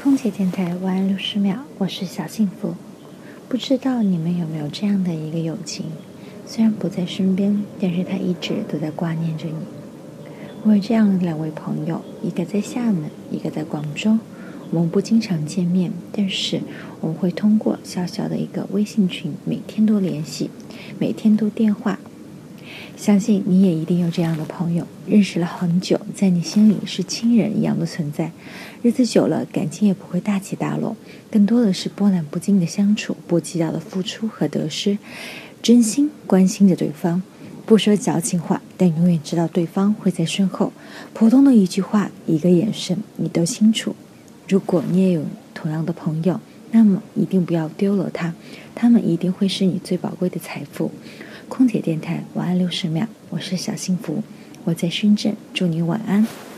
空姐电台晚安60秒，我是小幸福。不知道你们有没有这样的一个友情，虽然不在身边，但是他一直都在挂念着你。我有这样的2位朋友，一个在厦门，一个在广州。我们不经常见面，但是我们会通过小小的一个微信群，每天都联系，每天都电话。相信你也一定有这样的朋友，认识了很久，在你心里是亲人一样的存在。日子久了，感情也不会大起大落，更多的是波澜不惊的相处，不计较的付出和得失，真心关心着对方，不说矫情话，但永远知道对方会在身后。普通的一句话，一个眼神，你都清楚。如果你也有同样的朋友，那么一定不要丢了他们一定会是你最宝贵的财富。空姐电台晚安60秒，我是小幸福，我在深圳，祝你晚安。